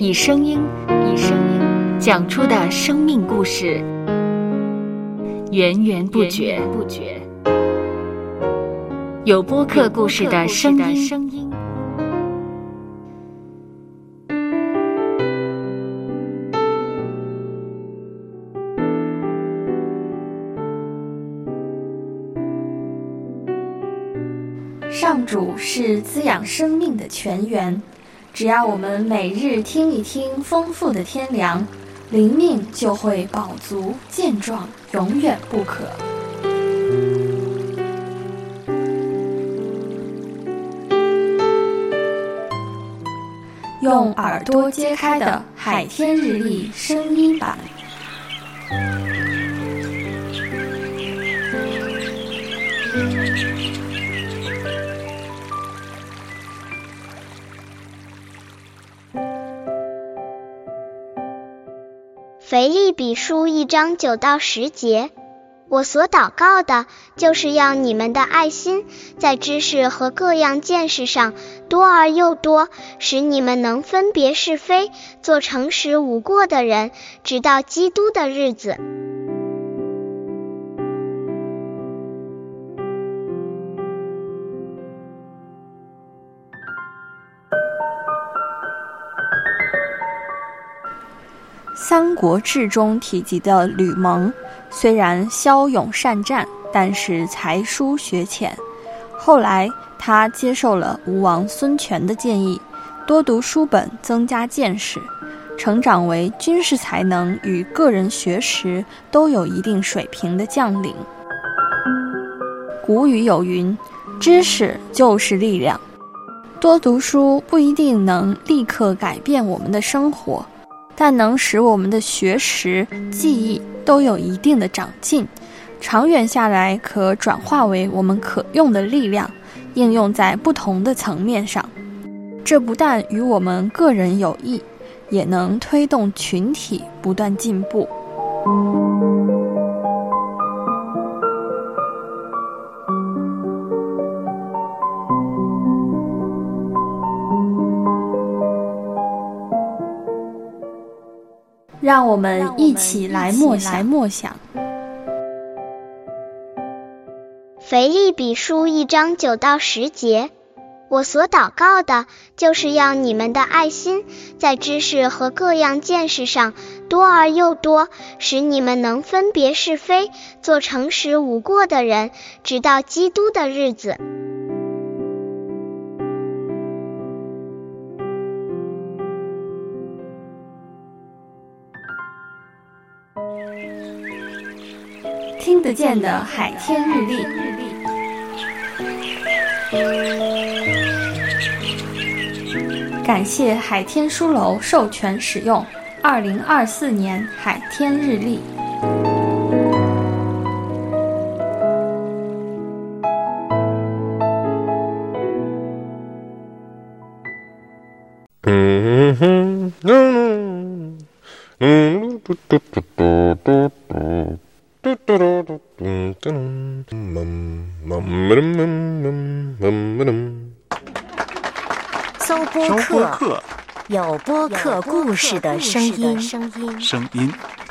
以声音讲出的生命故事，源源不绝。有播客故事的声音。 上主是滋养生命的泉源，只要我们每日听一听丰富的天粮，灵命就会饱足健壮，永远不渴。用耳朵揭开的海天日历声音版。 腓立比书1章9到10节，我所祷告的，就是要你们的爱心，在知识和各样见识上多而又多，使你们能分别是非，做诚实无过的人，直到基督的日子。 三国志中提及的吕蒙，虽然骁勇善战，但是才疏学浅。后来他接受了吴王孙权的建议，多读书本，增加见识，成长为军事才能与个人学识都有一定水平的将领。古语有云，知识就是力量。多读书不一定能立刻改变我们的生活，但能使我们的学识、记忆都有一定的长进，长远下来可转化为我们可用的力量，应用在不同的层面上。这不但与我们个人有益，也能推动群体不断进步。让我们一起来默想。 腓立比书1章9到10节，我所祷告的，就是要你们的爱心，在知识和各样见识上多而又多，使你们能分别是非，做诚实无过的人，直到基督的日子。 听得见的海天日历，感谢海天书楼授权使用2024年海天日历。 搜播客，有播客故事的声音。